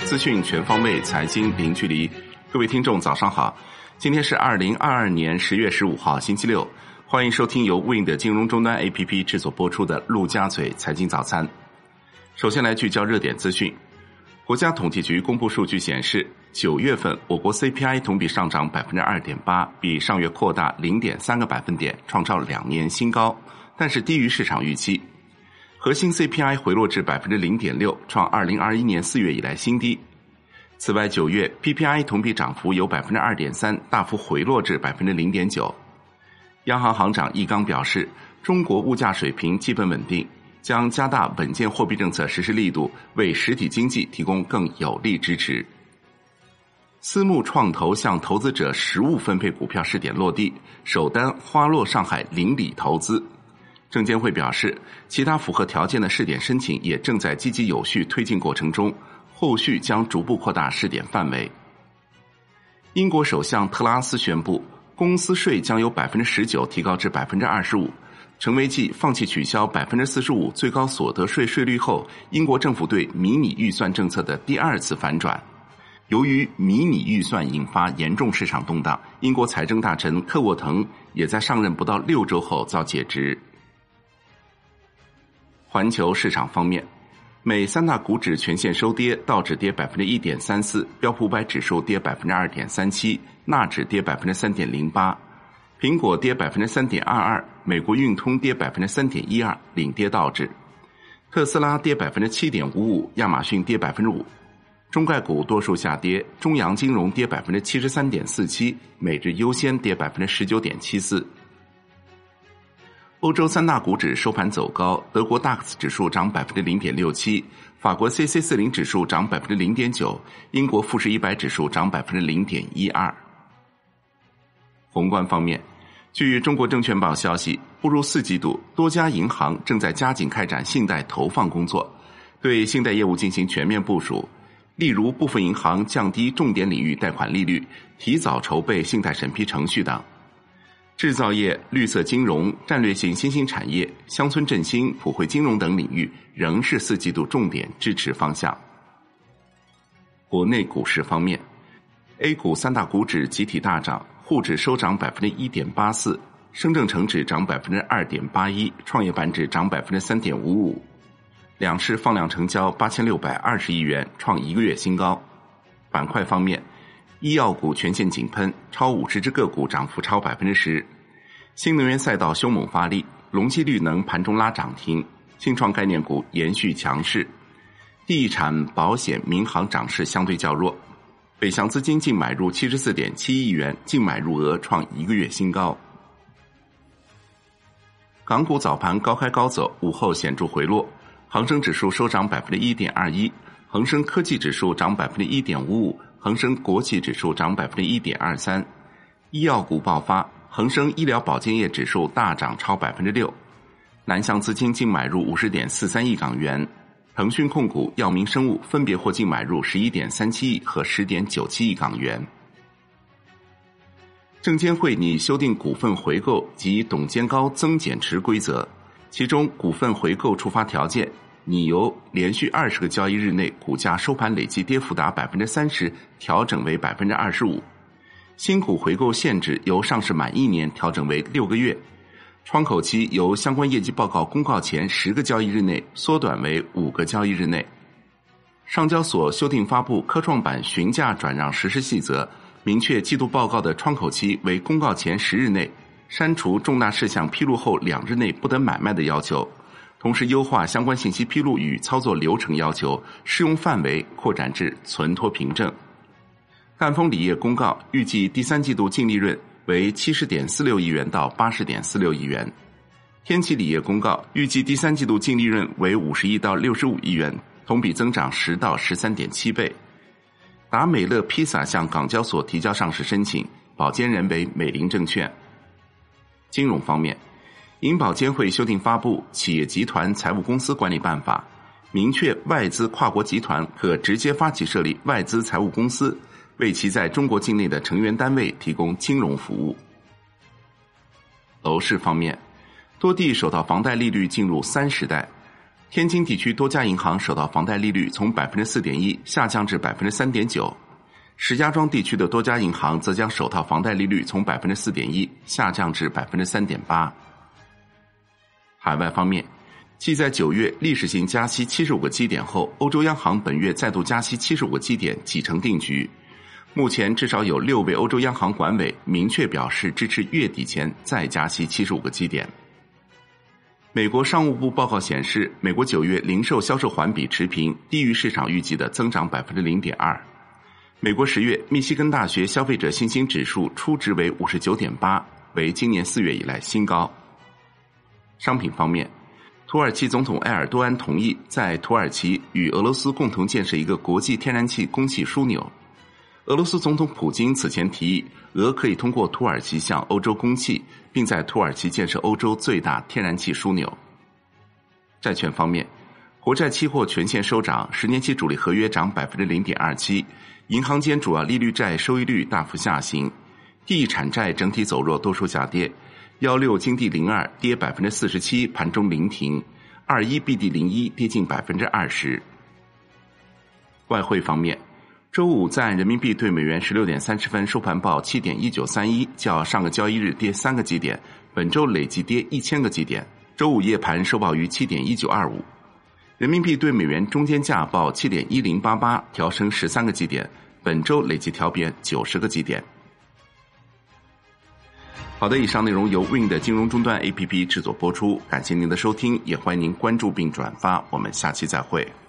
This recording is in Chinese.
资讯全方位，财经零距离。各位听众早上好，今天是2022年10月15号星期六，欢迎收听由 Win 的金融终端 APP 制作播出的陆家嘴财经早餐。首先来聚焦热点资讯。国家统计局公布数据显示，9月份我国 CPI 同比上涨 2.8%， 比上月扩大 0.3个百分点，创造2年新高，但是低于市场预期。核心 CPI 回落至 0.6%， 创2021年4月以来新低。此外，9月 PPI 同比涨幅由 2.3%， 大幅回落至 0.9%。央行行长易纲表示，中国物价水平基本稳定，将加大稳健货币政策实施力度，为实体经济提供更有力支持。私募创投向投资者实物分配股票试点落地，首单花落上海邻里投资。证监会表示，其他符合条件的试点申请也正在积极有序推进过程中，后续将逐步扩大试点范围。英国首相特拉斯宣布，公司税将由 19% 提高至 25%， 成为继放弃取消 45% 最高所得税税率后，英国政府对迷你预算政策的第二次反转。由于迷你预算引发严重市场动荡，英国财政大臣克沃腾也在上任不到6周后遭解职。环球市场方面，美三大股指全线收跌，道指跌 1.34%， 标普500指数跌 2.37%， 纳指跌 3.08%， 苹果跌 3.22%， 美国运通跌 3.12%， 领跌道指。特斯拉跌 7.55%， 亚马逊跌 5%。中概股多数下跌，中阳金融跌 73.47%， 每日优先跌 19.74%。欧洲三大股指收盘走高，德国 DAX 指数涨 0.67%， 法国 CAC40 指数涨 0.9%， 英国富时100指数涨 0.12%。宏观方面，据中国证券报消息，步入4季度，多家银行正在加紧开展信贷投放工作，对信贷业务进行全面部署，例如部分银行降低重点领域贷款利率，提早筹备信贷审批程序等。制造业、绿色金融、战略性新兴产业、乡村振兴、普惠金融等领域仍是4季度重点支持方向。国内股市方面， A 股三大股指集体大涨，沪指收涨 1.84%， 深证成指涨 2.81%， 创业板指涨 3.55%。两市放量成交8620亿元，创1个月新高。板块方面，医药股全线井喷，超50只个股涨幅超 10%。 新能源赛道凶猛发力，隆基绿能盘中拉涨停，新创概念股延续强势。地产、保险、民航涨势相对较弱。北向资金净买入 74.7 亿元，净买入额创1个月新高。港股早盘高开高走，午后显著回落，恒生指数收涨 1.21%， 恒生科技指数涨 1.55%， 恒生国企指数涨 1.23%。 医药股爆发，恒生医疗保健业指数大涨超 6%。 南向资金净买入 50.43 亿港元，腾讯控股、药明生物分别获净买入 11.37 亿和 10.97 亿港元。证监会拟修订股份回购及董监高增减持规则，其中股份回购触发条件拟由连续20个交易日内股价收盘累计跌幅达 30% 调整为 25%。 新股回购限制由上市满1年调整为6个月，窗口期由相关业绩报告公告前10个交易日内缩短为5个交易日内。上交所修订发布科创板询价转让实施细则，明确季度报告的窗口期为公告前10日内，删除重大事项披露后2日内不得买卖的要求，同时优化相关信息披露与操作流程要求，适用范围扩展至存托凭证。赣锋锂业公告，预计第3季度净利润为 70.46 亿元到 80.46 亿元。天齐锂业公告，预计第3季度净利润为50亿到65亿元，同比增长10到 13.7 倍。达美乐披萨向港交所提交上市申请，保监人为美林证券。金融方面，银保监会修订发布《企业集团财务公司管理办法》，明确外资跨国集团可直接发起设立外资财务公司，为其在中国境内的成员单位提供金融服务。楼市方面，多地首套房贷利率进入3时代， 天津地区多家银行首套房贷利率从 4.1% 下降至 3.9%， 石家庄地区的多家银行则将首套房贷利率从 4.1% 下降至 3.8%。 海外方面，继在9月历史性加息75个基点后，欧洲央行本月再度加息75个基点，几成定局。目前至少有6位欧洲央行管委明确表示支持月底前再加息75个基点。美国商务部报告显示，美国9月零售销售环比持平，低于市场预计的增长 0.2%。美国10月密西根大学消费者信心指数初值为 59.8， 为今年4月以来新高。商品方面，土耳其总统埃尔多安同意在土耳其与俄罗斯共同建设一个国际天然气供气枢纽。俄罗斯总统普京此前提议，俄可以通过土耳其向欧洲供气，并在土耳其建设欧洲最大天然气枢纽。债券方面，国债期货全线收涨，10年期主力合约涨 0.27%， 银行间主要利率债收益率大幅下行，地产债整体走弱，多数下跌，16金地02跌 47%， 盘中临停，21 BD01 跌近 20%。 外汇方面，周五在人民币对美元16点30分收盘报 7.1931， 较上个交易日跌3个基点，本周累计跌1000个基点。周五夜盘收报于 7.1925， 人民币对美元中间价报 7.1088， 调升13个基点，本周累计调贬90个基点。好的，以上内容由 Win 的金融终端 APP 制作播出，感谢您的收听，也欢迎您关注并转发，我们下期再会。